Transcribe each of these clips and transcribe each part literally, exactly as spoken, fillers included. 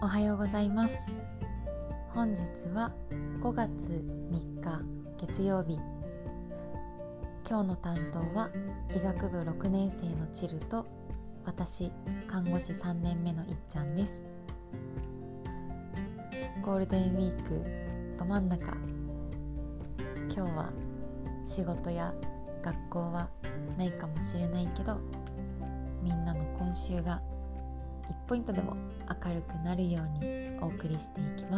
おはようございます。本日はごがつみっか月曜日。今日の担当は医学部ろくねん生のチルと私、看護師さんねんめのいっちゃんです。ゴールデンウィークど真ん中。今日は仕事や学校はないかもしれないけど、みんなの今週がいちポイントでも明るくなるようにお送りしていきます。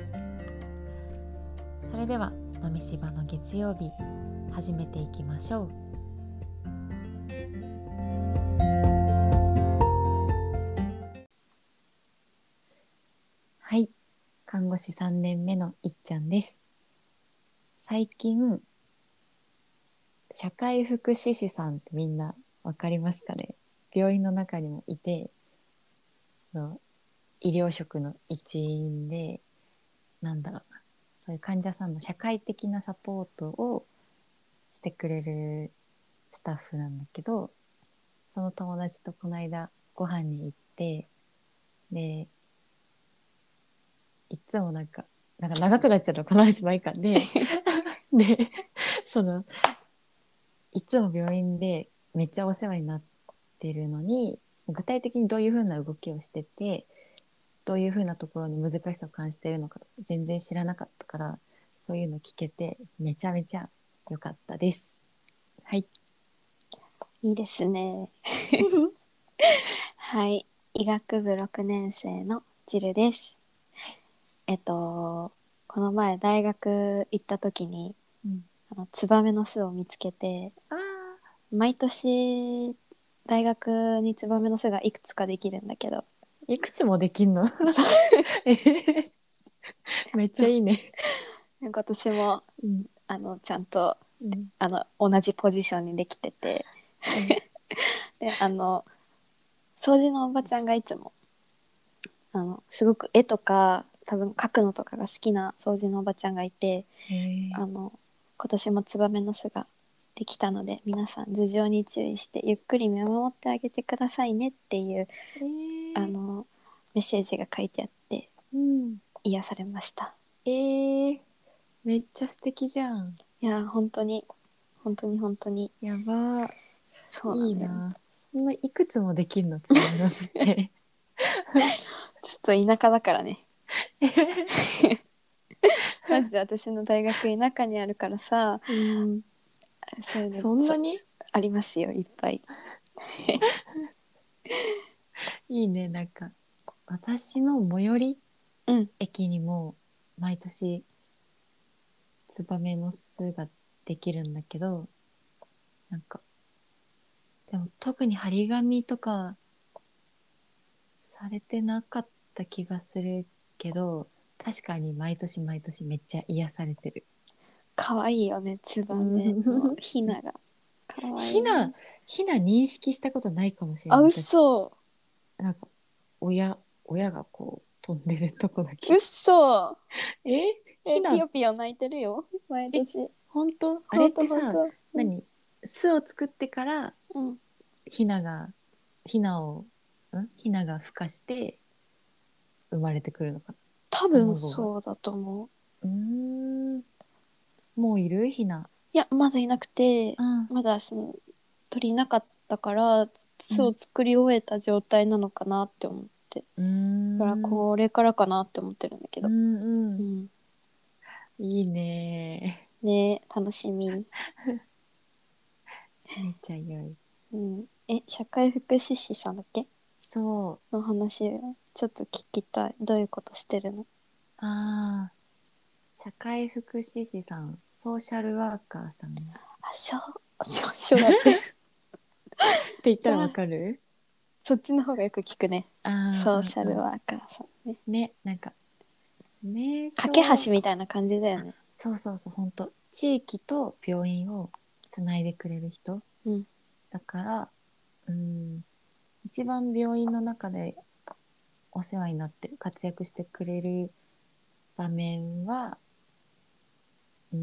それでは豆柴の月曜日、始めていきましょう。はい、看護師さんねんめのいっちゃんです。最近社会福祉士さんってみんなわかりますかね。病院の中にもいて、の医療職の一員で、なんだろうな、そういう患者さんの社会的なサポートをしてくれるスタッフなんだけど、その友達とこの間ご飯に行って、でいつもなんかなんか長くなっちゃうとこの話ばいかででそのいつも病院でめっちゃお世話になってるのに、具体的にどういう風な動きをしてて、どういう風なところに難しさを感じているのか全然知らなかったから、そういうの聞けてめちゃめちゃ良かったです。はい、 いいですね。はい、医学部ろくねん生のジルです。えっとこの前大学行った時に、うん、あのツバメの巣を見つけて、あ毎年大学にツバメの巣がいくつかできるんだけど、 いくつもできんのめっちゃいいね。 今年も、うん、あのちゃんと、うん、あの同じポジションにできてて、うん、であの掃除のおばちゃんがいつもあのすごく絵とか多分描くのとかが好きな掃除のおばちゃんがいて、あの今年もツバメの巣ができたので、皆さん頭上に注意してゆっくり見守ってあげてくださいねっていう、あのメッセージが書いてあって、うん、癒されました。 えー、めっちゃ素敵じゃん。 いや本当に本当に本当にやば。 そういいな。そんないくつもできるの、ツバメの巣ってちょっと田舎だからねマジで私の大学田舎にあるからさ、うん、そういうのそんなにありますよ、いっぱいいいね。なんか私の最寄り駅にも毎年ツバメの巣ができるんだけど、なんかでも特に張り紙とかされてなかった気がするけど、確かに毎年毎年めっちゃ癒されてる。 可愛いよね、ツバメのヒナが可愛い。 ヒナヒナ認識したことないかもしれない。 あ、嘘。 なんか親親がこう飛んでるとこだけ。 嘘。 ええピヨピヨ泣いてるよ毎年。 本当？あれってさ、うん、何巣を作ってから、うん、ヒナがヒナをんヒナが孵化して生まれてくるのかな。 多分そうだと思う。うーん、もういるヒナ？ いやまだいなくて、 うん、 まだその鳥いなかったから巣を作り終えた状態なのかなって思って、うん、だからこれからかなって思ってるんだけど、うんうんうん、 いいねね、楽しみめっちゃ良い、 うん、え社会福祉士さんだっけ？ そうの話ちょっと聞きたい。どういうことしてるの？ あー社会福祉士さん、ソーシャルワーカーさん。 あ、しょ、しょ、しょだってって言ったらわかる？ そっちの方がよく聞くね。 あソーシャルワーカーさんね。 ね、なんか名称架け橋みたいな感じだよね。 そうそうそう、本当地域と病院をつないでくれる人、うん、だから、うん、一番病院の中でお世話になってる、活躍してくれる場面は、うん、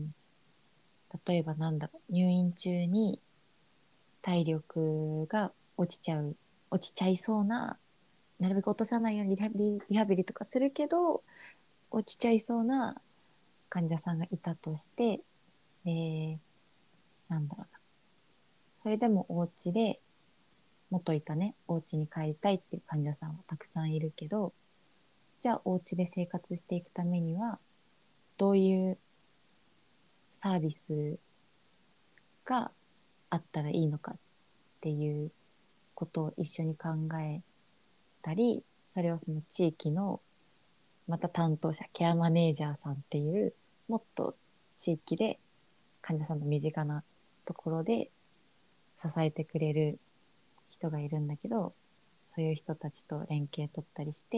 例えばなんだろう、入院中に体力が落ちちゃう、落ちちゃいそうななるべく落とさないようにリハビリ、リハビリとかするけど落ちちゃいそうな患者さんがいたとして、で、なんだろうな、それでもお家で元いたねお家に帰りたいっていう患者さんはたくさんいるけど、じゃあお家で生活していくためにはどういうサービスがあったらいいのかっていうことを一緒に考えたり、それをその地域のまた担当者、ケアマネージャーさんっていうもっと地域で患者さんの身近なところで支えてくれる人がいるんだけど、そういう人たちと連携取ったりして、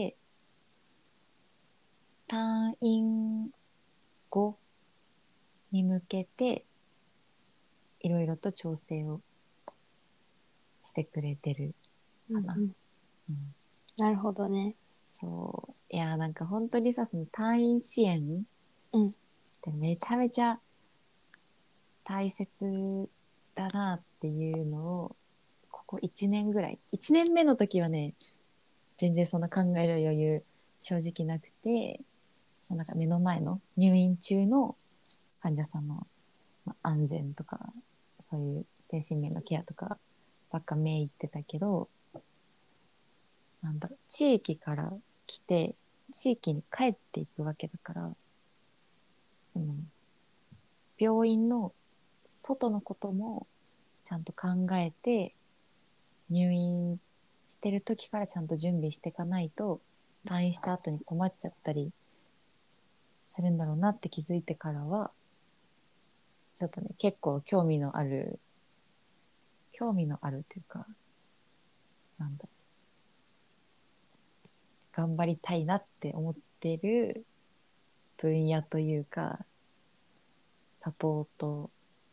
退院後に向けていろいろと調整をしてくれてるかな。 うんうん、 うん、 なるほどね。 そう。いや、なんか本当にさ、その退院支援うんってめちゃめちゃ大切だなっていうのを、ここいちねんぐらい、いちねんめの時はね、全然そんな考える余裕正直なくて、なんか目の前の入院中の患者さんの安全とか、そういう精神面のケアとかばっか目いってたけど、なんだろう、地域から来て、地域に帰っていくわけだから、その病院の外のこともちゃんと考えて、入院してる時からちゃんと準備していかないと、退院した後に困っちゃったりするんだろうなって気づいてからは、ちょっとね、結構興味のある、興味のあるっていうか、なんだ、頑張りたいなって思ってる分野というか、サポート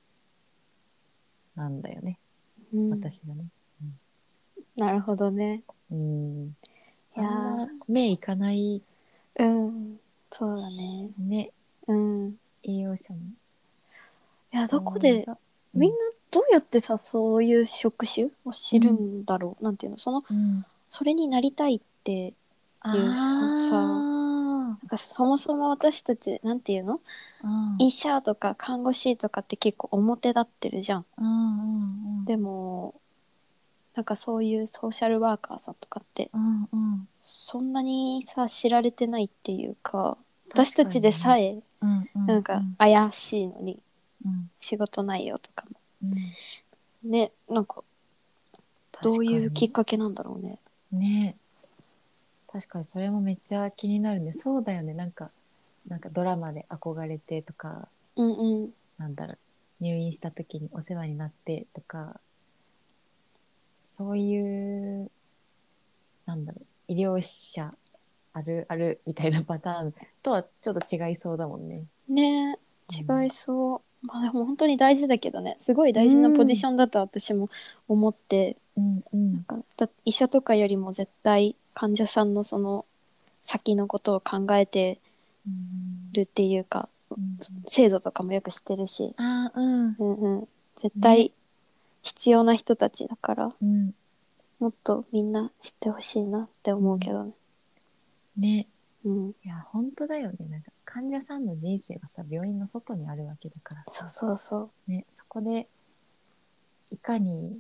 なんだよね、 うん、 私がね。 なるほどね。 うん。うん、 いやあんまー、 目いかないうんそうだね。 ね、 うん栄養士もいやどこで子が、うみんなん、 どうやってさそういう職種を知るうん、 んだろう、なんていうの、そのうん。 それになりたいっていうささなあんかそもそも私たちなんていうの、 あ、うん、 医者とか看護師とかって結構表立ってるじゃん。 うん、うん、 でもなんかそういうソーシャルワーカーさんとかってうん、うん。 そんなにさ知られてないっていうか、私確たちでかにね。 さえうん、うん、 なんかうん、 怪しいのに、 うん、 仕事内容とかもうん。 ね、なんかどういうき確かに。 っかけなんだろうね。 ね。確かにそれもめっちゃ気になるね。そうだよね。なんか、なんかドラマで憧れてとか、 うんうん。 なんだろう、入院した時にお世話になってとか、そういう、なんだろう、医療者あるあるみたいなパターンとはちょっと違いそうだもんね。 ね違いそう。まあでも本当に大事だけどね、すごいう大事なポジん。 ションだと私も思って、 うんうん。 なんかだ医者とかよりも絶対患者さんのその先のことを考えてうんるっていうか、 うん。 制度とかもよく知ってるし、 ああ、うん。 うんうん、絶ね。 対必要な人たちだから、 うん。 もっとみんな知ってほしいなってうん。 思うけどね。 ね。 うん、 いや、本当だよね。なんか患者さんの人生がさ、病院の外にあるわけだからそうさ。 そうそう。 ね。そこで、いかに、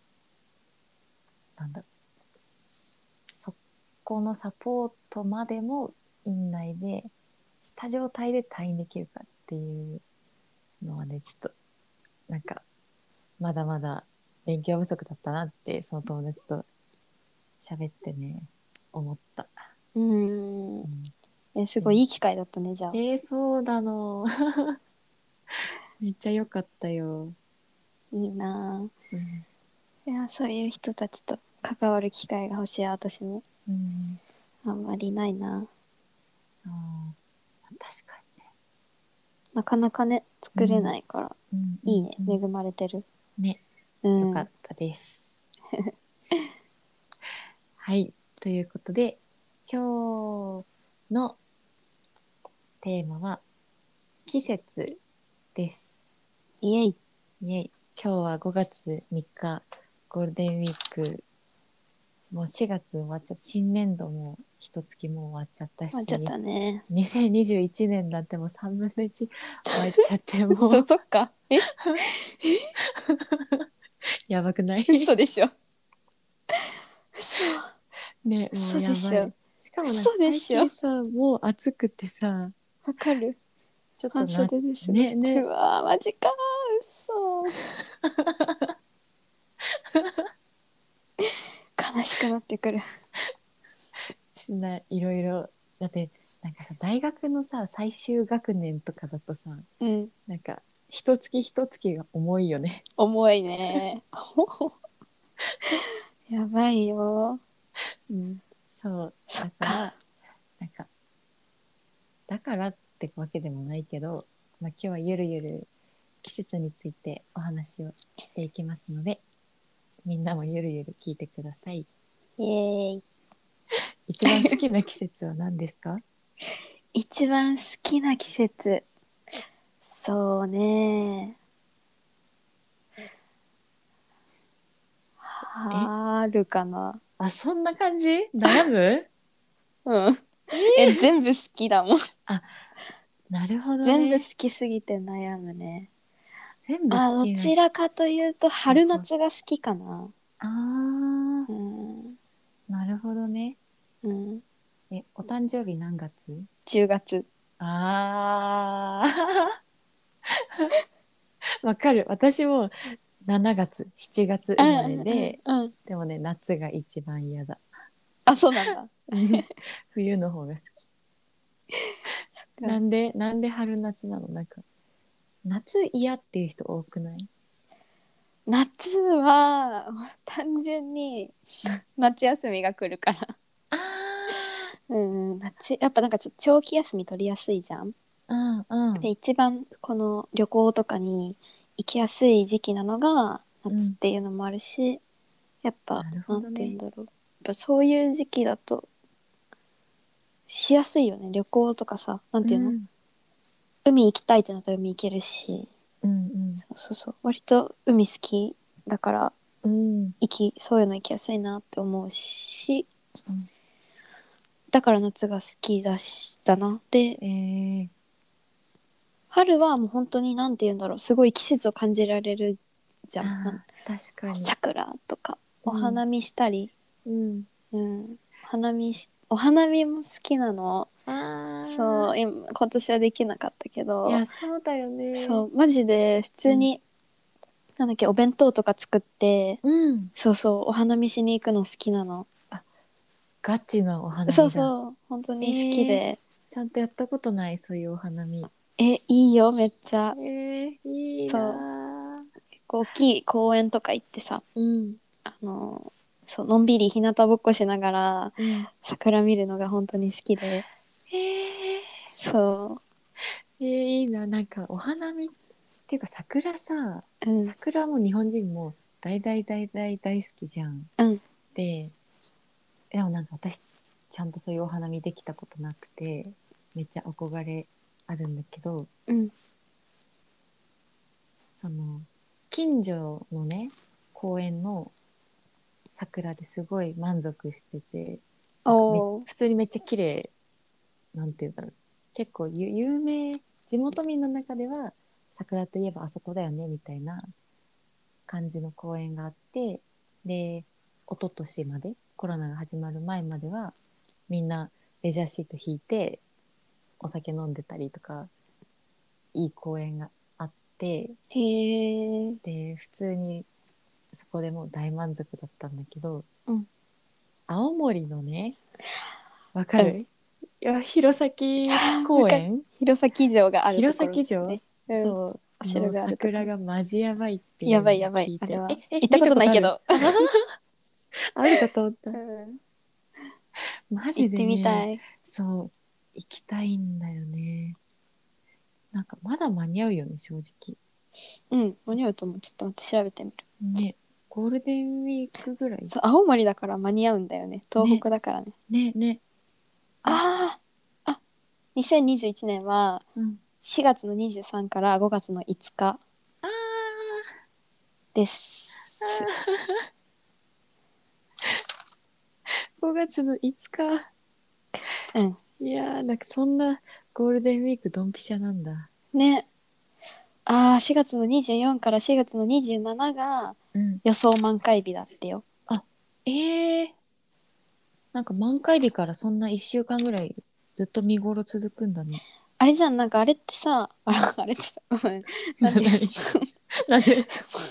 なんだ、そこのサポートまでも院内で、した状態で退院できるかっていうのはね、ちょっと、なんか、まだまだ勉強不足だったなって、その友達と喋ってね、思った。 うーん。 うん、 え、すでもごいいい機会だったね、じゃあ。 えー、そうだの。めっちゃ良かったよ。 いいなうん。 ぁ。いや、そういう人たちと関わる機会が欲しい、私も。 うん。 あんまりないな。 あー、確かなかなかね、 にね。 作れないから、 うん。うん。 いいね、恵うん。 まれてる。 ね、 うん。 よかったです。はい。ということで、今日のテーマは季節です。 イエイ。 イェイ。今日はごがつみっか、ゴールデンウィークもうしがつ終わっちゃった。新年度も一月も終わっちゃったし、 終わっちゃったね。 にせんにじゅういちねんだってもうさんぶんのいち終わっちゃってもそうそっか。えやばくない嘘でしょ。嘘ね、もう嘘でしょ。 やばい。しかもなんか最嘘でしょ。 近さ、もう暑くてさ、 わかる。半ちょっとな、 袖で過ごす。 ねねうわーマジか。嘘。悲しくなってくる。 しないろいろ。だってなんかさ、大学のさ最終学年とかだとさ、 うん。 なんか一月一月が重いよね。 重いね。やばいよ。 うん、そうそっだからか。 なんかだからってわけでもないけど、まあ、今日はゆるゆる季節についてお話をしていきますので、みんなもゆるゆる聞いてください。 イエーイ。 一番好きな季節は何ですか？ 一番好きな季節。そうね。春かな。 あ、そんな感じ？悩む？ うん。え、全部好きだもん。 なるほど全部好ね。 きすぎて悩むね。 全部あ、ど好きな季節。 ちらかというと春夏が好きかな。 あー、 うん。 なるほどね。 うん。 え、お誕生日何月？ じゅうがつ。 あーわかる。私もしちがつしちがつうん生まれうんで、 うんうん。 でもね夏が一番嫌だ。 あ、そうなんだ。 冬の方が好き。なんでなんで春夏なの？なんか夏嫌っていう人多くない？ 夏は単純に夏休みが来るから。 あうん、夏やっぱなんかちょっと長期休み取りやすいじゃん。 ーうんうんで一番この旅行とかに行きやすい時期なのが夏っていうのもあるし、やっぱなるほなんどね。 て言うんだろう、やっぱそういう時期だとしやすいよね。旅行とかさ、なんていうの、 うん海行きたいってなったら海行けるし、 うんそうそう、割と海好きだからうんうん行きそういうの行きやすいなって思うし、だから夏が好きだしたな。でえー、 春はもう本当になんて言うんだろう、すごい季節を感じられるじゃん。なんあー確かに。 桜とかおうん花見したり、 うんうん、お花見しお花見も好きなの。 あーそう今今年はできなかったけいど、 やそうだよね。 そうマジで普通に、なんだっけ、お弁当とか作って、 うんそうそうお花見しに行くの好きなの。 あガチのお花そう見だ。 そう本当えに好きー、 で、 ちゃんとやったことないそういうお花見。 えいいよめっちゃ。 えー、いいそうな結構大きい公園とか行ってさ、 ー。うんあのそうのんびり日向ぼっこしながらうん桜見るのが本当に好きで、 えー、 そえー、いいな。なんかお花見っていうか桜さ、 ううん桜も日本人も大大大大大好きじゃん。 うんで、でもなんか私ちゃんとそういうお花見できたことなくてめっちゃ憧れあるんだけど、 うんその近所のね公園の桜ですごい満足してて、なんかめおー普通にめっちゃ綺麗、なんていうんだろう、結構ゆ有名、地元民の中では桜といえばあそこだよねみたいな感じの公園があって、で一昨年までコロナが始まる前まではみんなレジャーシート引いてお酒飲んでたりとかいい公園があって、 へえで普通にそこでもう大満足だったんだけど、 うん青森のね、わかる？ うんいや弘前公わかる。 園、 弘前城があると弘ころ前城、 ね。うんそうお城のがあるところ。 桜がマジやばいっていうのをやばいやばい聞いて、えあれはえ行ったこ見たことある？ とないけどあははあるかと思った。 うんマジ行ってみたでね、 い。 そう行きたいんだよね。なんかまだ間に合うよね正直。 うん間に合うと思う。ちょっと待って調べてみる。 ね、ゴールデンウィークぐらい。 そう青森だから間に合うんだよね。東ね北だからね。 ねね、 あああにせんにじゅういちねんはうんしがつのにじゅうさんからごがつのいつかあーです。 ごがつのいつか。 うんいやーなんかそんなゴールデンウィークドンピシャなんだ。 ね。あーしがつのにじゅうよっかからしがつのにじゅうしちがうん。 予想満開日だってよ。 あ、えー、なんか満開日からそんないっしゅうかんぐらいずっと見頃続くんだね。 あれじゃん、なんかあれってさ、ああれってさ、ごめん。なんで何なんで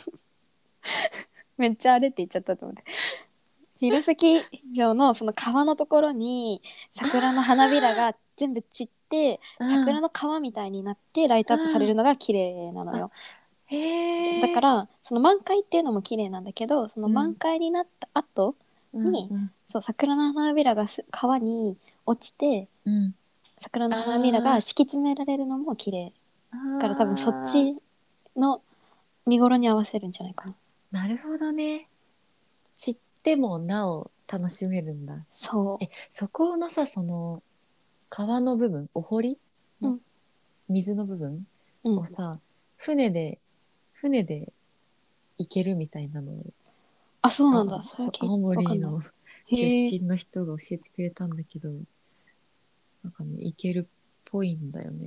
めっちゃあれって言っちゃったと思って。弘前城のその川のところに桜の花びらが全部散って桜うんの川みたいになってライトアップされるのが綺麗なのよ。そうだへえ。 からその満開っていうのも綺麗なんだけど、そのうん満開になった後に、 うんうんそう桜の花びらがす川に落ちてうん。 桜の花びらがあ敷き詰められるのも綺麗あだから多分そっあちの見頃に合わせるんじゃないかな。 なるほどね。知ってもなお楽しめるんだ。 そえ、そこのさ、その川の部分、お堀のうん水の部分う、うん、 をさ、船で、船で行けるみたいなのを、 あそうなあ、 んだ、それはそう、 き青わかんない。 森の出へえ。 身の人が教えてくれたんだけど、なんかね、行けるっぽいんだよね。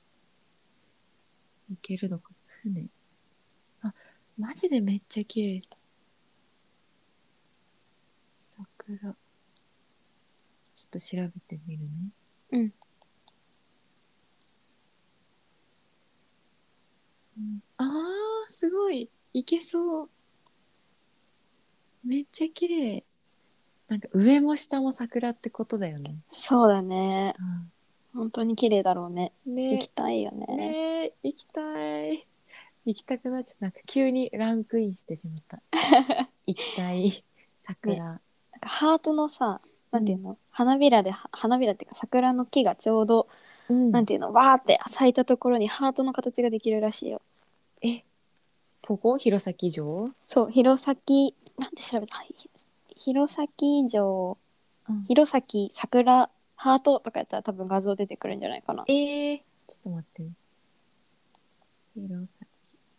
行けるのか、船。あ、マジでめっちゃ綺麗。桜。ちょっと調べてみるね。 うん。 うん、あー、すごい。いけそう。めっちゃ綺麗。なんか上も下も桜ってことだよね。 そうだね。 う本当に綺麗だろうね。 ん、ね、 行きたいよね。 ね、行きたい。行きたくなっちゃった。なんか急にランクインしてしまった。行きたいね、 桜。 なんかハートのさ、 うん。 なんていうの、花びらで、は花びらっていうか桜の木がちょうど、 うん。 なんていうの、わーって咲いたところにハートの形ができるらしいよ。 え、ここ弘前城？ そう、弘前、なんで調べたひ弘前城、 うん。 弘前桜ハートとかやったら多分画像出てくるんじゃないかな。 えー、ちょっと待ってね。弘前。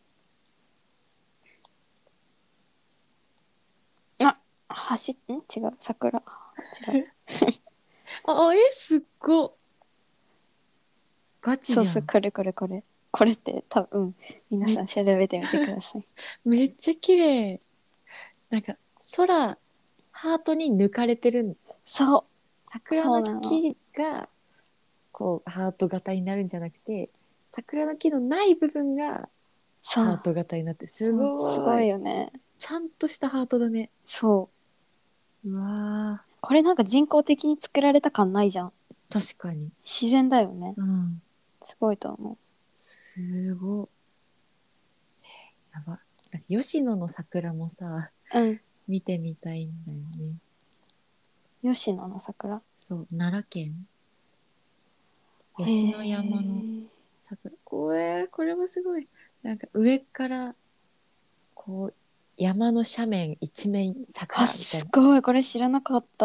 あ、橋、ん違う、桜。違う。 あ、え、すっご。ガチそうそう、 じゃん。 これこれこれ。これって多分、うん、皆め、 さん調べてみてください。 めっちゃ綺麗。なんか、空、ハートに抜かれてる。 そう、 桜のそうなの。 木が、こう、ハート型になるんじゃなくて、桜の木のない部分がそう、 ハート型になって、すそう、すごいごい。 よね。 ちゃんとしたハートだね。 そう。 うわこれなんか人工的に作られた感ないじゃん。 ー、確かに。 自然だよね。 うん。 すごいと思すごい。やば。なんか吉野の桜もさ、 う。うん。 見てみたいんだよね。 吉野の桜。 そう、奈良県へ吉野山のえ。 桜。これ、これもすごい。なんか上からこう山の斜面一面あ、 桜みたいな。 すごい。これ知らなかった。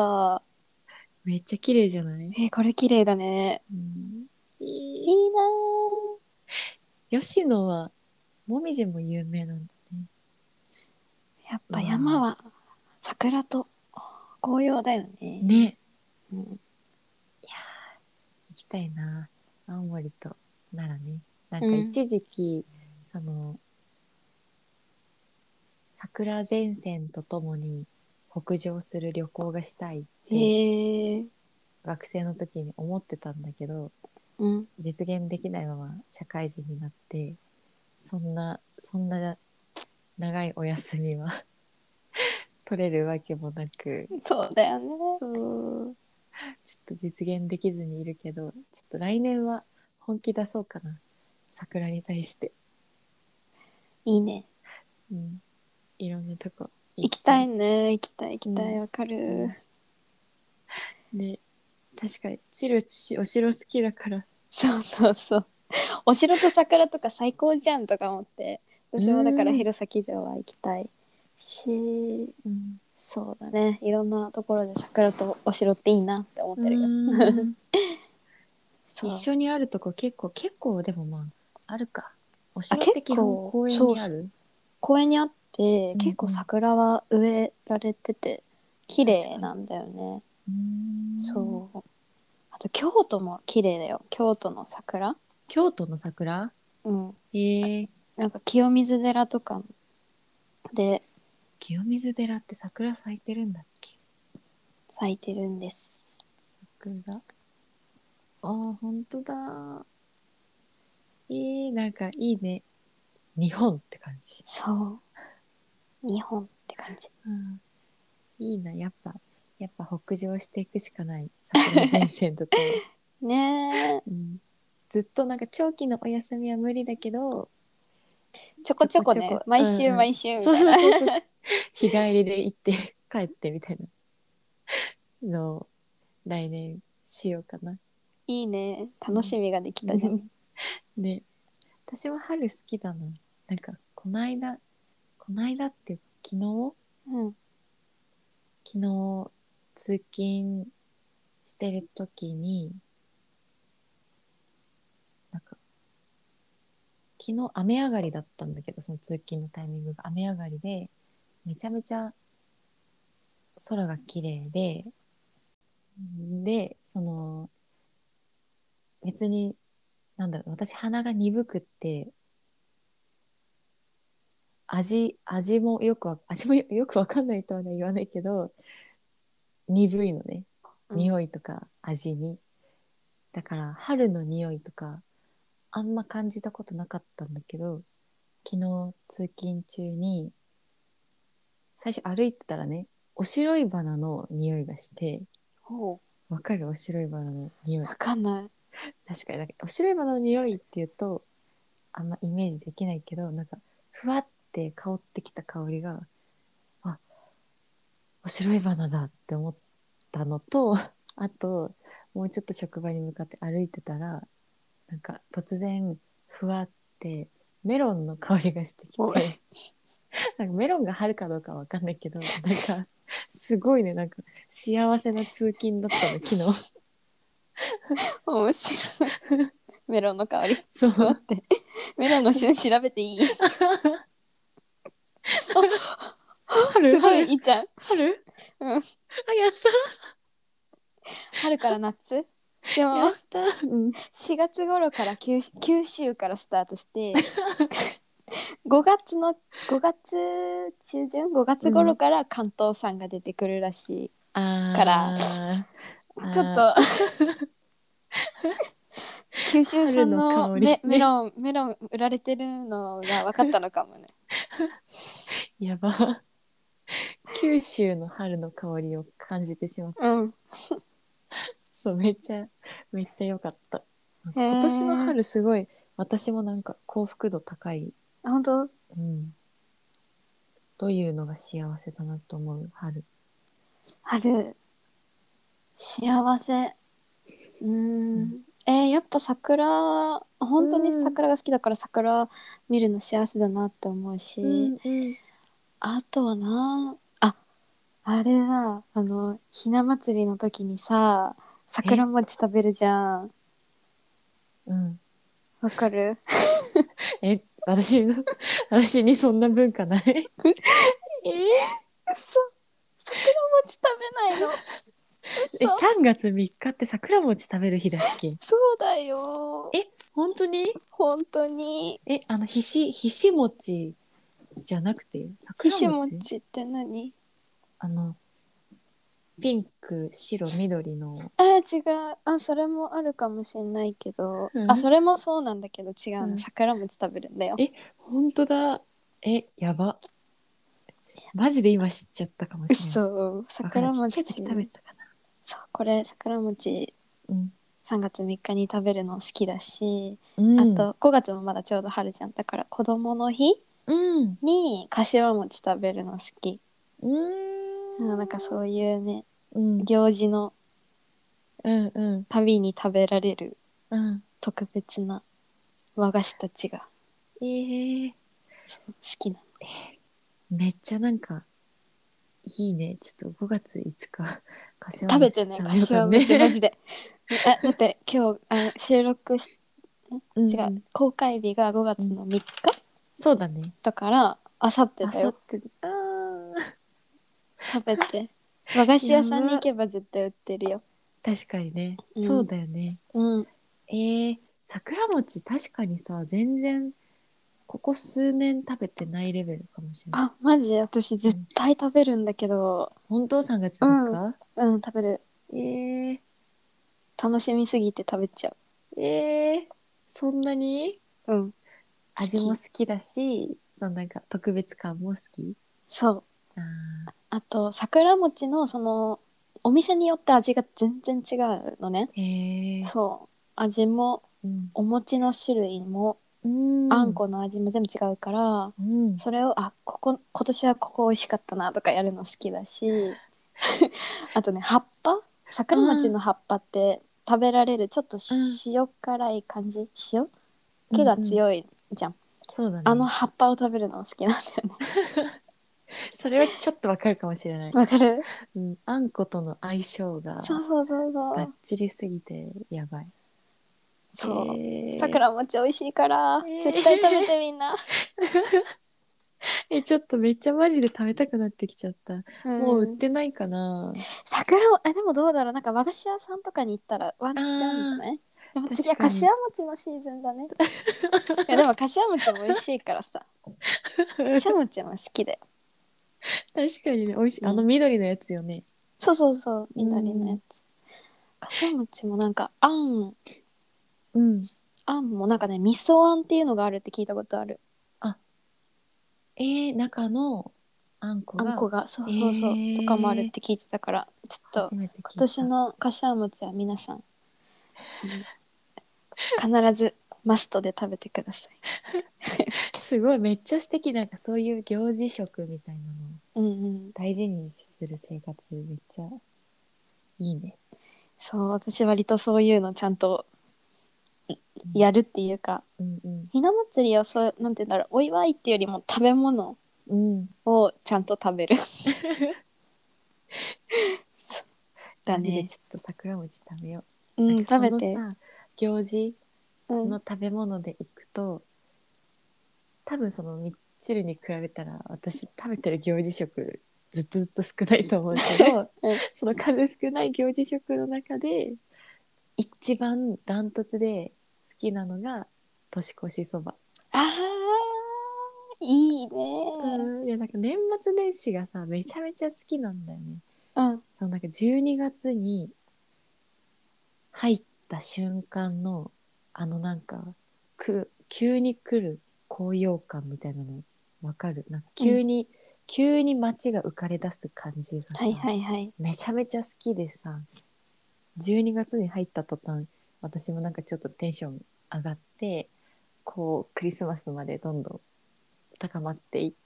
めっちゃ綺麗じゃない？ えー、これ綺麗だね。 うん、いい。 いいなー。 吉野はもみじも有名なんだね。 やっぱうわ山は桜と紅葉だよね。 ね、 うん、 行きたいな。青森と奈良ね。なんうん。 か一時期その桜前線とともに北上する旅行がしたいってへえ。 学生の時に思ってたんだけど、 うん。 実現できないまま社会人になって、そんなそんな長いお休みは取れるわけもなく、 そうだよね。 そうちょっと実現できずにいるけど、ちょっと来年は本気出そうかな、桜に対して。 いいね。 うん、いろんなとこ行行きたいきたい。 ね。行きたい行きたい。 うん、 わかる。 うん、で確かにチルチお城好きだから。 そうそうそう。お城と桜とか最高じゃんとか思って。 う私もだからーん、 弘前城は行きたいし、 うん、 そうだね。いろんなところで桜とお城っていいなって思っうてるよ。 ーん一そう。 緒にあるとこ結構結構でもまああるか。おあ、 城って結基本構、 公園そう、 にある？ 公園にあって、結構うんうん、 桜は植えられてて、綺確かに。 麗なんだよね。 うーん。 そうあと京都も綺麗だよ。京都の桜。 京都の桜。 うんへえ。 なんか清水寺とかで清水寺って桜咲いてるんだっけ？ 咲いてるんです。 桜。ああ、ほんとだ。えー、なんかいいね。日本って感じ。 そう日本って感じ。 うん、いいな。やっぱ、やっぱ北上していくしかない。桜前線だと。 ねえうん、ずっとなんか長期のお休みは無理だけど、 ちょこちょちょこねこちょこ、う毎んうん。 週毎週みそうたいな。 そうそうそう。日帰りで行って帰ってみたいなのを来年しようかな。 いいねうん、 楽しみができたじゃん。 ね、私は春好きだな。なんか、こないだ、こないだっていうか昨日うん昨日通勤してる時に、なんか、昨日雨上がりだったんだけど、その通勤のタイミングが雨上がりで、めちゃめちゃ空が綺麗で、で、その、別に、なんだろう、私鼻が鈍くって、味、味もよくわ、味もよよくわかんないとは言わないけど、鈍いのね。 うん匂いとか味に。だから、春の匂いとか、あんま感じたことなかったんだけど、昨日通勤中に、最初歩いてたらね、おしろい花の匂いがして、 ほわかる？おしろい花の匂い。 うわかんない。 確かに、なんかおしろい花の匂いっていうと、あんまイメージできないけど、なんか、ふわって香ってきた香りが、あ、おしろい花だって思ったのと、あと、もうちょっと職場に向かって歩いてたら、なんか突然、ふわってメロンの香りがしてきおて、なんかメロンが春かどうかはわかんないけど、なんか、すごいね、なんか幸せな通勤だったの、昨日。 面白い。メロンの香り。 そう。 ちょっと待って。メロンの旬調べていい？すごい春春いいちゃん。 春うん。 あ、やっ春から夏。でたやもったうん。 しがつ頃から九九州からスタートしてごがつのごがつ中旬ごがつ頃うんから関東産が出てくるらしいからあーあちょっとー九州春の産の香りね。 メメロンメロン売られてるのが分かったのかもね。 やば。九州の春の香りを感じてしまった。 うん。 そう、めっちゃ、めっちゃ良かった。 へ今年のえ。 春すごい、私もなんか幸福度高い。 本当？ うん。というのが幸せだなと思う春。 春幸せ。うーうん。 ん。えー、やっぱ桜本当にうん。 桜が好きだから桜見るの幸せだなって思ううし、 ん。うん。 あとはなああれだあのひな祭りの時にさえ、 桜餅食べるじゃん。 うん。 わかる？ え、私の、私にそんな文化ない。え嘘。桜餅食べないの？ え、 嘘。 さんがつみっかって桜餅食べる日だっけ？ そうだよ。 え、本当に？ 本当に。 え、あの、ひし、ひし餅じゃなくてひし桜餅？ 餅って何？ あの、ピンク、白、緑の。 あ違う。あそれもあるかもしれないけどあうんそれもそうなんだけど違うの。 うん。 桜餅食べるんだよ。 え、本当だ。え、やば。マジで今知っちゃったかもしれん。 嘘。 わからん。 桜ちっちゃい時食べ餅。 てたかな。 そうこれ桜餅うん。 さんがつみっかに食べるの好きだし、 うん。 あとごがつもまだちょうど春じゃん。だから子供の日うん。 に柏餅食べるの好き。 ううんなんかーん。 そういうねうん。 行事のうんうん。 たびに食べられるうん。 特別な和菓子たちがえー、 そう好きなの。 めっちゃなんか、いいね。ちょっとごがついつか、柏食べてね餅食べようか柏餅マジね。 で。あだって今日あ収録しうん違ううん。 公開日が5 うん。 月のみっかそうだね。 だからあさってあだよ。 さって、あー、 食べて。 和菓子屋さんにやば行けば絶対売ってるよ。 確かにね、 うんそうだよね。 うん。 えー、桜餅確かにさ、全然ここ数年食べてないレベルかもしれない。 あ、マジ私絶対食べるんだけど。 本当？ さん 月3 うん日うん食べる。 え楽しみすぎて食べちゃー、えー、そんなにう。うん。好味もき。 好きだし、そのなんか特別感も好き。 そう。 あー、 あと桜餅のそのお店によって味が全然違うのね。 へえ。 そう。味もうん。 お餅の種類もうん。 あんこの味も全部違うから、 うん。 それをあここ今年はここ美味しかったなとかやるの好きだしあとね葉っぱあ桜餅ー、 の葉っぱって食べられるちょっとうん。 塩辛い感じ塩気うんうん。 が強いじゃん。あのそうだね。 葉っぱを食べるの好きなんだよね。 それはちょっとわかるかもしれない。 わかる。 うん。あんことの相性がそうそうそうバッそうチリすぎてやばい。へそうえ。 桜餅美味しいから絶対食べえてみんな。 え、ちょっとめっちゃマジで食べたくなってきちゃった。 うもう売っんてないかな。 桜もえでもどうだろうなんか和菓子屋さんとかに行ったらワンチャンじゃあないでもー、 次は確かに。 柏餅のシーズンだね。いやでも柏餅も美味しいからさ柏餅も好きだよ。 確かにね、美味しい。あのうん緑のやつよね。 そうそうそうう緑のやん。 つ。柏餅もなんかあんうん。 あんもなんかね味噌あんっていうのがあるって聞いたことある。 あ、えー、中のあんこあんが、 こがそえうそうそうとかもあるっー、 て聞いてたからちょっと初めて今聞いた。 年の柏餅は皆さん必ずマストで食べてください。 すごい、めっちゃ素敵。なんかそういう行事食みたいなのをうんうん大事にする生活、めっちゃいいね。 そう私割とそういうのちゃんとうん、 やるっていうかうんうん。 ひな祭りをそうなんて言うんだろうお祝いっていうよりも食べ物うん。 をちゃんと食べるそうだマジでね。 ちょっと桜餅食べよう。なんうんかそ食べて。 のさ、行事うんの食べ物でいくと、多分そのみっちるに比べたら私食べてる行事食ずっとずっと少ないと思うけど、 うんその数少ない行事食の中で一番ダントツで好きなのが年越しそば。 あーいいね。 うん、いやなんか年末年始がさめちゃめちゃ好きなんだよね。 うんそのなんかじゅうにがつに入った瞬間のあのなんかく急に来る高揚感みたいなのわかる？なんかうん急に、急に街が浮かれ出す感じがはいさはいはい。 めちゃめちゃ好きでさ、じゅうにがつに入った途端私もなんかちょっとテンション上がって、こうクリスマスまでどんどん高まっていって、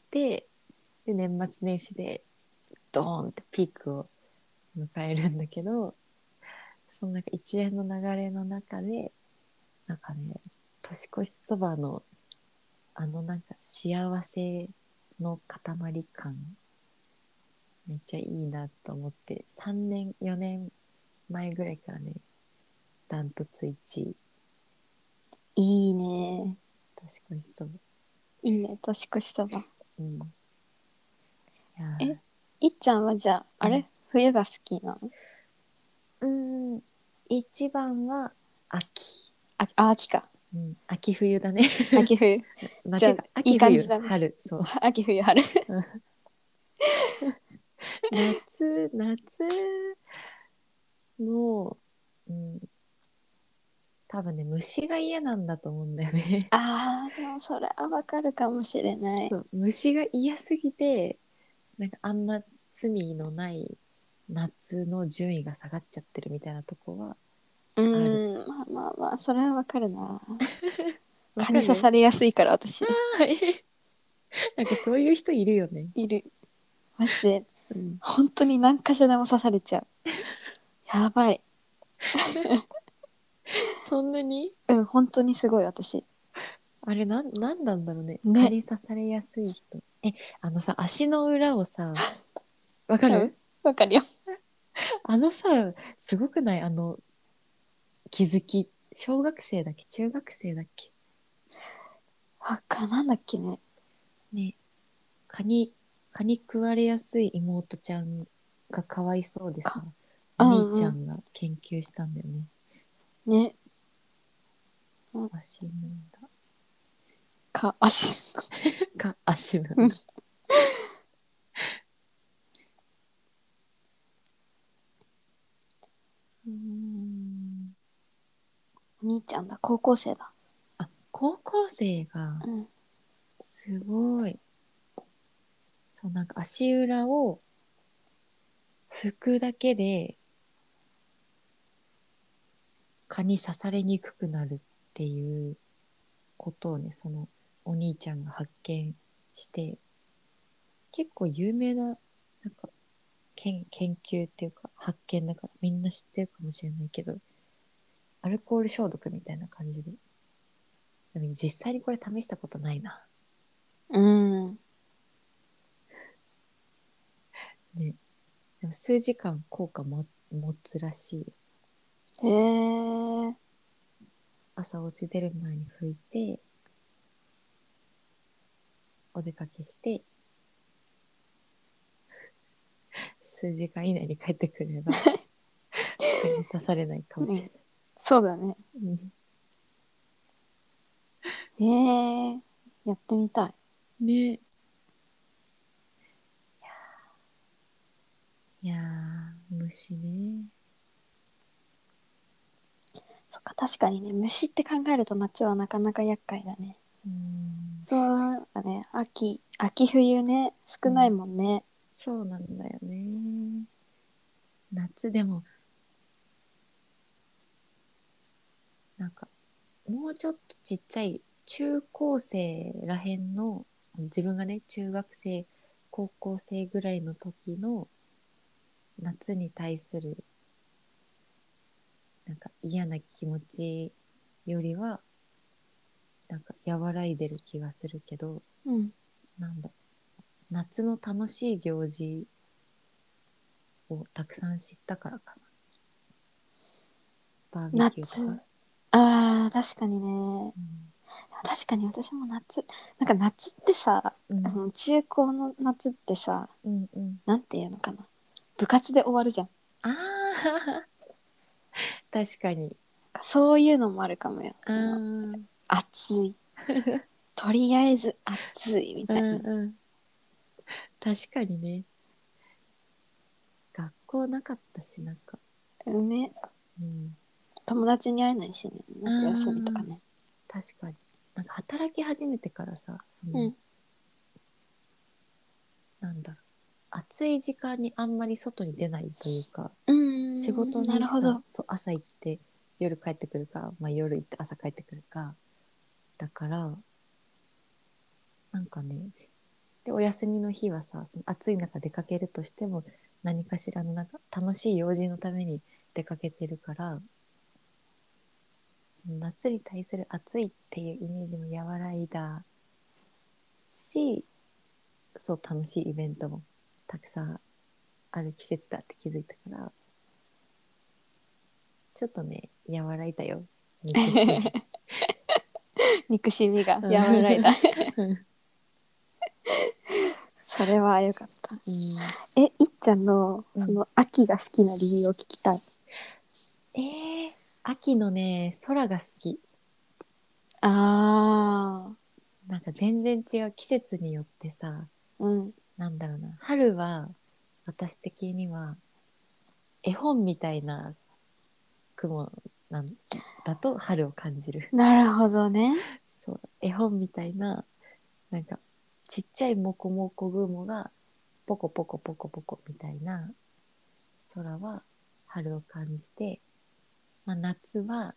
で年末年始でドーンってピークを迎えるんだけど、そのなんか一連の流れの中でなんかね、年越しそばのあのなんか幸せの塊感めっちゃいいなと思って、さんねんよねんまえぐらいからね、ダントツいちいいいね。 年越しそば。 いいね年越しそば。 うん、いやえいっちゃんはじゃああー、 れ冬が好きなの？ うん、うん一番は秋、 ああ秋か。 うん、秋冬だね。 秋冬まあ、 じゃあてかいい秋冬感じだね。 春そう。 秋冬春夏夏の、うん、多分ね虫が嫌なんだと思うんだよね。 あーでもそれはわかるかもしれない。 そう、虫が嫌すぎてなんかあんま罪のない夏の順位が下がっちゃってるみたいなとこはうある。 ーんまあまあまあそれはわかるな。蚊に刺わかる？ されやすいから私あーなんかそういう人いるよね。 いるマジでうん、 本当に何箇所でも刺されちゃう。やばい。 そんなに？ うん本当にすごい私あれなん、なんなんだろうね。蚊ね。 に刺されやすい人。え、あのさ、足の裏をさ、わかうんる？ わかるよ。 あのさ、すごくない？あの気づき。小学生だっけ中学生だっけわかなんだっけね。 ね。蚊に、蚊に食われやすい妹ちゃんがかわいそうでさ、 かお兄ちゃんが研究したんだよね。 ね、 足ぬんだか足か足ぬうんんだ。うーん。 お兄ちゃんだ、高校生だ。 あ、高校生がうんすごい。そう、なんか足裏を拭くだけで蚊に刺されにくくなるっていうことをね、そのお兄ちゃんが発見して、結構有名な、なんか研、研究っていうか発見だからみんな知ってるかもしれないけど、アルコール消毒みたいな感じで。でも実際にこれ試したことないな。 うんね。でも数時間効果も持つらしい。 へえ。 朝お家出る前に拭いて、お出かけして、数時間以内に帰ってくれば、蚊に刺されないかもしれそうだね。 ない。 へえ、やってみたい。 ね。いやー、虫ね。 そっか、確かにね、虫って考えると夏はなかなか厄介だね。 うん。 そうだね、秋、秋冬ね、少ないもんね。 そうなんだよね。夏でも、なんか、もうちょっとちっちゃい中高生らへんの、自分がね、中学生、高校生ぐらいの時の夏に対する、なんか嫌な気持ちよりは、なんか和らいでる気がするけど、 うん。 なんだ、夏の楽しい行事をたくさん知ったからかな。バーベキューとか。 夏。ああ、確かにね。 うん。 確かに私も夏、なんか夏ってさ、 うんあの中高の夏ってさ、 うんうん。 なんていうのかな。部活で終わるじゃん。 ああ、確かに。 そういうのもあるかもよ。 あそのー暑い。とりあえず暑いみうたいな。 んうん。確かにね。学校なかったし、なんか。 ね。 うん。 友達に会えないしね。 あ夏休みとかあ、 ね。 確かに。なんか働き始めてからさ、その、 うん。 なんだろう。暑い時間にあんまり外に出ないというか、 うー仕事ん、なにさ、 るほど。 そう、朝行って夜帰ってくるか、まあ夜行って朝帰ってくるか、だから、なんかね、で、お休みの日はさ、その暑い中出かけるとしても、何かしらのなんか楽しい用事のために出かけてるから、夏に対する暑いっていうイメージも和らいだし、そう楽しいイベントもたくさんある季節だって気づいたから、ちょっとね、和らいだよ。憎しみ。 憎しみがうん和らいだ。 うん。 それはよかった。 うんえ、いっちゃんのうん。 その秋が好きな理由を聞きたい。 えー、秋のね、空が好き。 あなんか全然違う季節によってさ、 ー、うん。 なんだろうな。春は、私的には、絵本みたいな雲なんだと春を感じる。 なるほどね。 そう、絵本みたいな、なんか、ちっちゃいモコモコ雲が、ポコポコポコポコみたいな空は春を感じて、まあ、夏は、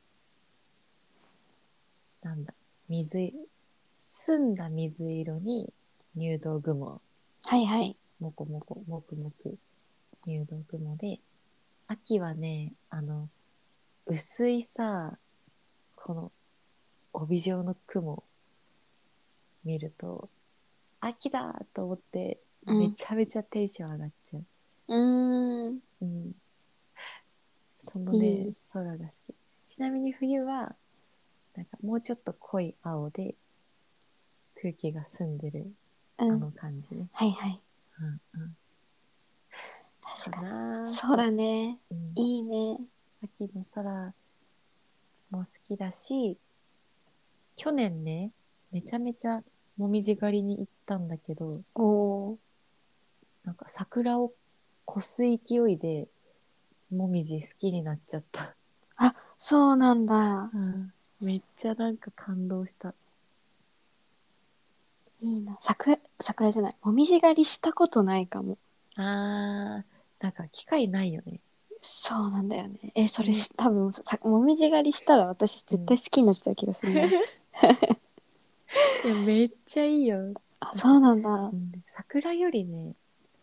なんだ、水、澄んだ水色に入道雲、 はいはい。 もこもこ、もくもく入道雲で、秋はね、あの、薄いさ、この帯状の雲見ると、秋だと思って、めうん。 ちゃめちゃテンション上がっちゃう。 うーん。 うん。そのね、 いい。 空が好き。ちなみに冬は、なんかもうちょっと濃い青で空気が澄んでるあうん。 の感じね。 はいはい。 うんうん。 確かな。 空ね、 そう、うん、 いいね。 秋の空も好きだし、去年ね、めちゃめちゃもみじ狩りに行ったんだけど、 おー。 なんか桜を越す勢いでもみじ好きになっちゃった。 あ、そうなんだ。 うん、めっちゃなんか感動した。 いいな。桜、桜じゃない。もみじ狩りしたことないかも。 あー、なんか機会ないよね。 そうなんだよね。え、それね。 し多分さ、もみじ狩りしたら私うん。 絶対好きになっちゃう気がするな。 いや、めっちゃいいよ。 あ、 なんか、 そうなんだ。 うん、桜よりね、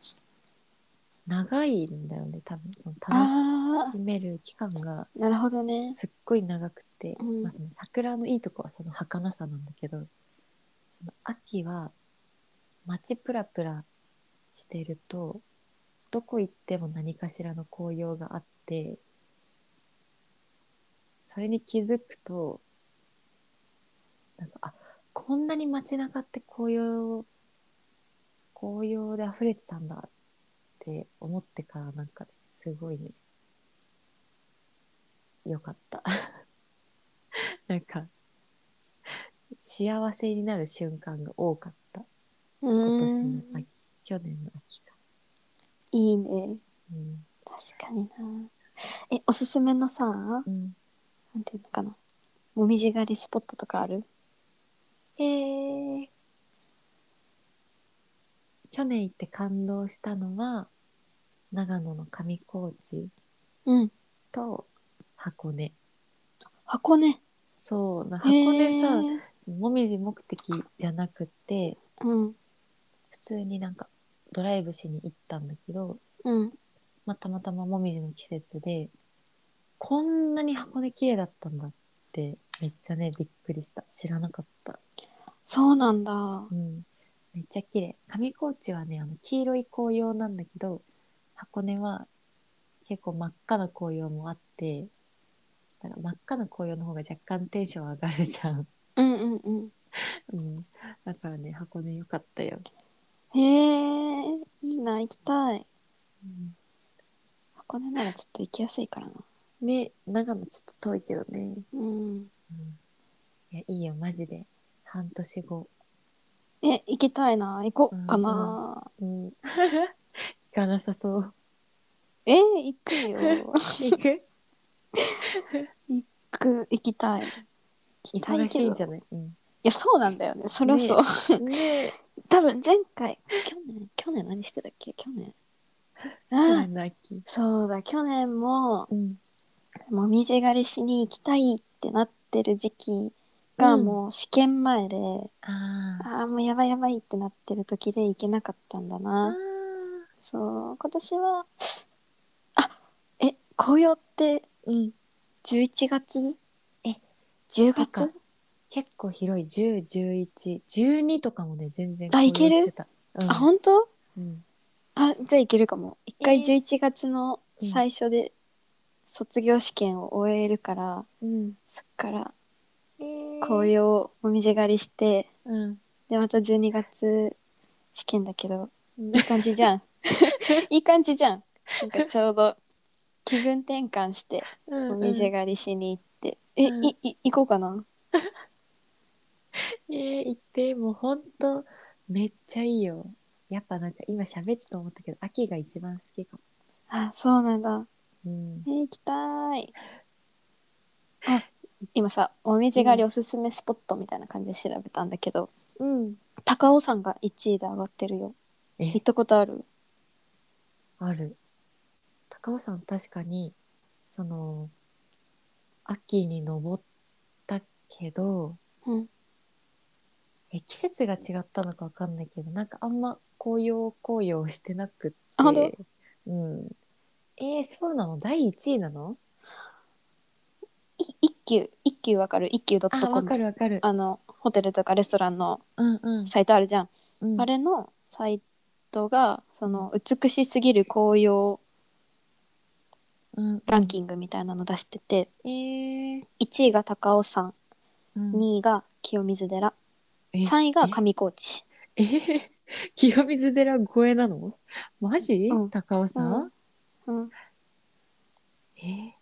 長いんだよね、多分。その楽あしめる期間がー、なるほどね。 すっごい長くて、 うん。 まあ、その桜のいいとこはその儚さなんだけど、その秋は街プラプラしてると、どこ行っても何かしらの紅葉があって、それに気づくと、なんか、あ、こんなに街中って紅葉、紅葉で溢れてたんだって思ってから、なんかね、すごいね、よかった。なんか、幸せになる瞬間が多かった。 う今年ーん。 の秋、去年の秋か。 いいね。 うん。 確かにな。え、おすすめのさ、なうん。 んていうのかな。もみじ狩りスポットとかある？ へえ。去年行って感動したのは、長野の上高地うん。 と箱根。 箱根。 そうな、 へ箱根さ、 え。 もみじ目的じゃなくて、 うん。 普通になんかドライブしに行ったんだけど、 うん。 まあ、たまたまもみじの季節で、こんなに箱根綺麗だったんだって、めっちゃね、びっくりした。知らなかった。 そうなんだ。 うん。めっちゃ綺麗。上高地はね、あの、黄色い紅葉なんだけど、箱根は結構真っ赤な紅葉もあって、だから真っ赤な紅葉の方が若干テンション上がるじゃん。 うんうんうん。 うん。だからね、箱根良かったよ。 へえ。いいな、行きたい。 うん、 箱根ならちょっと行きやすいからな。 ね、長野ちょっと遠いけどね。 うん。 うん、いや、いいよ、マジで。半年後。 え、行きたいな。行こうかうんうんな。 うん。行かなさそう。 え、行くよ。 行く。 行く、行きたい。行きたい忙しけど。 いんじゃない？うん。 いや、そうなんだよね。そりゃそう。 ねえ。ねえ。 多分前回、去年、去年何してたっけ去年。 去ああ、 年の秋。 そうだ、去年も、 うん。 もみじ狩りしに行きたいってなってる時期がうん。 もう試験前で、 あああ、もうやばいやばいってなってる時で行けなかったんだあ。あな。 あ。 そう、今年は、え、紅葉ってうん。 じゅういちがつ？ え、 じゅうなんか、 月？ 結構広い。じゅう、じゅういち、じゅうにとかもね、全然あ、行紅ける？ 葉してた。うあ、 ん。 本当？ うん。 あ、じゃあ行けるかも。一え回11 ー、 月のうん。 最初で卒業試験を終えるから、 うん。 そっからえー、 紅葉もみじ狩りして、 うん。 で、またじゅうにがつ試験だけど、 うん。 いい感じじゃん。いい感じじゃん。なんかちょうど気分転換して、 うんもみうん。 じ狩りしに行って。え、い、 うん。 い、行こうかな。 えー、行って、もうほんと、めっちゃいいよ。やっぱなんか今喋ってと思ったけど、秋が一番好きかも。 あ、そうなんだ。 うん。 えー行きたい。あ、今さ、もみうん。 じ狩りおすすめスポットみたいな感じで調べたんだけど、 うん。 高尾山がいちいで上がってるよ。行っえ、 たことある？ ある。高尾山確かに、その、秋に登ったけど、 うん。 え、季節が違ったのかわかんないけど、なんかあんま紅葉紅葉してなくっあ、本当？ て、うん。えー、そうなの？だいいちいなの？ い一休、一休わかる？一休あ、わ .com。 かるわかる。 あの、ホテルとかレストランのうんうん。 サイトあるじゃん。 うん。 あれのサイトが、そうん。 の、美しすぎる紅葉うんうん。 ランキングみたいなの出してて、 えー、 いちいが高尾山、 うん。 にいが清水寺、 え、 さんいがえ、 上高地。 えー、清水寺越えなの？マジ？ うん。 高尾うん。 山？ うん、 えー、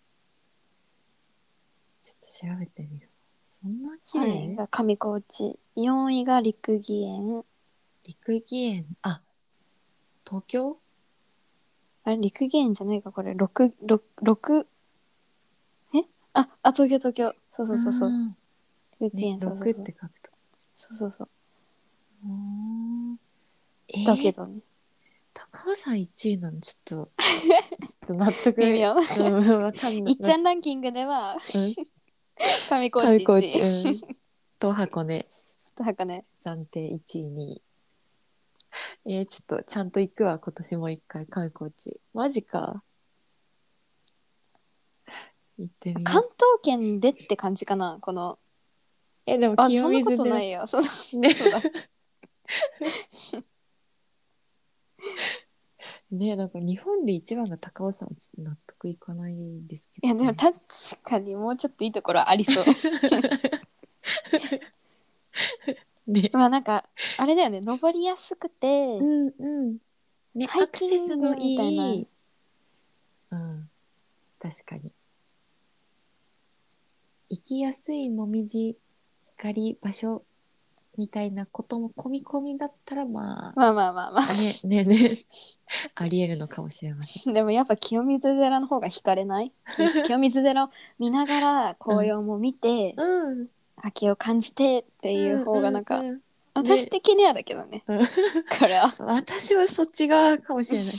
ちょっと調べてみる。そんな綺さんい麗？ が上高地、よんいが六義園。 陸義園、あ、東京？ あれ陸義園じゃないかこれ。六六六えああ東京東京。そうそうそうそう。 あ陸ーね、 義園そうそうろくっそう。 て書くと。 そうそうそう。 うーん。えー、 だけどね。 高尾山いちいなのちょっと、ちょっと納得、 微妙。 うん、わかんない。 いっちゃんランキングではうん、 上高地上高地、 いちい。 うん。と箱根、 なんかね。 暫定いちい、にい。えー、ちょっとちゃんと行くわ、今年も一回、観光地。マジか。行ってみ関よう。 東圏でって感じかなこの。 え、でもあ清そんなこ水寺、 とないよ。そのね、 そうだ。 ね、なんか日本で一番が高尾山はちょっと納得いかないんですけいやでどね。 も確かにもうちょっといいところありそう。 ね。 まあなんかあれだよね、登りやすくてうんうん。ね、 ハイアクキングセスのみたいな。 いい、うん、確かに。行きやすいもみじ狩り場所みたいなことも込み込みだったら、ままあまあまあまあ、ね、ねね、ありえるのかもしれません。 あ。でもやっぱ清水寺の方が惹かれない？き清水寺を見ながら紅葉も見て、 うん、 秋を感じてっていううん、うん、 方がなんか、 うん。 私ね、 的にはだけどね。 うん、 これは。 私はそっち側かもしれない。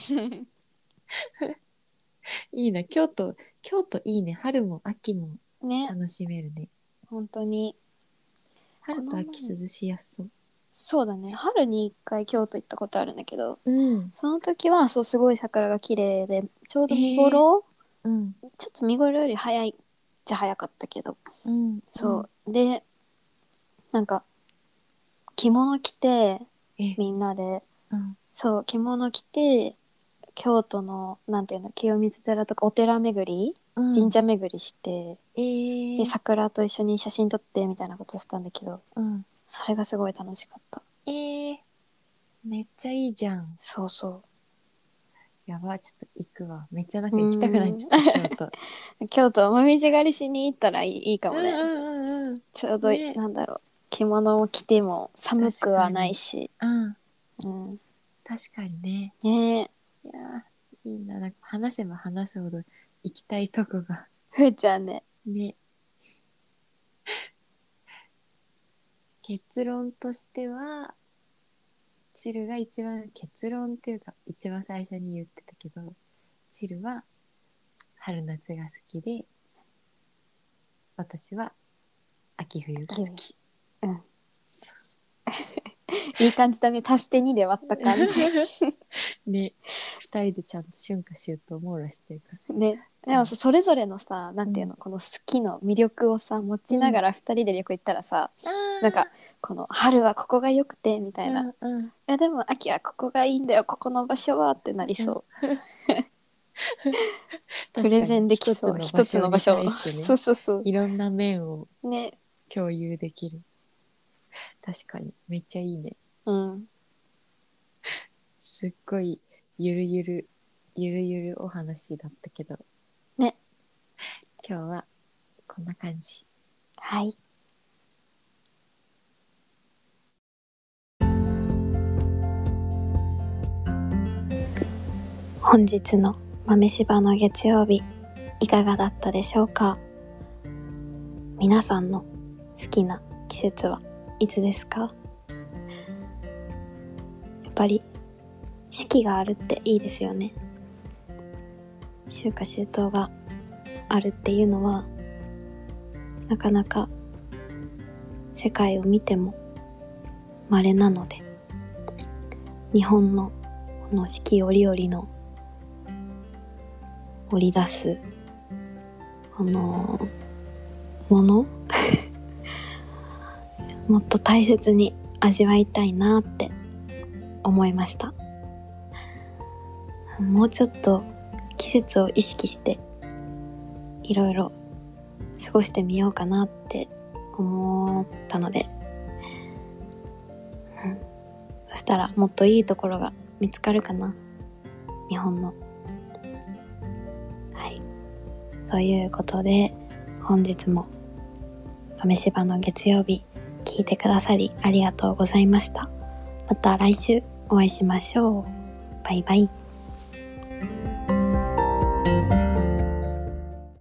いいな、京都、京都いいね。春も秋もね、 楽しめるね。 本当に。こ春との前、 秋涼しやすそう。 そうだね。春に一回京都行ったことあるんだけど、 うん。 その時はそうすごい桜が綺麗で、ちょうえど見ー、 頃、 うん、 ちょっと見頃より早いじゃ早かったけど、 うん、うん。 そうでなんか着物着てえ、 みんなで、 うん、 そう着物着て京都のなんていうの清水寺とかお寺巡り、 うん。 神社巡りして、 えでー、 桜と一緒に写真撮ってみたいなことをしたんだけど、 うん。 それがすごい楽しかった。 えー、めっちゃいいじゃん。 そうそやば、ちょっと行くわ。めっちゃなんう。うか行きたくなっーん。 ちゃった、京都。 京都もみじ狩りしに行ったらいい、いいかうんもね。 うんうんちょうどうん。ね、 なんだろう、着物を着ても寒くはない確かに。 し。 うん、 うん。 確かにね。 ねえ。 いやー、いいな。なんか話せば話すほど行きたいとこが。 ふーちゃんね。 ね。結論としては、チルが一番、結論っていうか、一番最初に言ってたけど、チルは春夏が好きで、私は秋冬が好き。 うん。いい感じだね。足してにで割った感じ。 ね、二人でちゃんと春夏秋冬網羅してるから。 ね。でもさ、それぞれのさ、なんていうの、 うんこの好きの魅力をさ、持ちながら二人で旅行行ったらさ、 あーなんか、この春はここが良くて、みたいな。いうんうんや、でも秋はここがいいんだよ、ここの場所はってなりうんそう。プ確かにレゼンでき一つそう。一つの場所にの場所。 対してね、 そうそうそう。 いろんな面をね。 共有できる。確かにめっちゃいいね。 うん。 すっごいゆるゆるゆるゆるお話だったけど、 ね。 今日はこんな感じ。 はい。本日の豆柴の月曜日、いかがだったでしょうか？皆さんの好きな季節はいつですか？やっぱり四季があるっていいですよね。秋夏秋冬があるっていうのはなかなか世界を見ても稀なので、日本のこの四季折々の織り出すこのものもっと大切に味わいたいなって思いました。もうちょっと季節を意識していろいろ過ごしてみようかなって思ったので、うん、そしたらもっといいところが見つかるかな、日本の。 ということで、本日も豆柴の月曜日聞いてくださりありがとうございました。また来週お会いしましょう。バイバイ。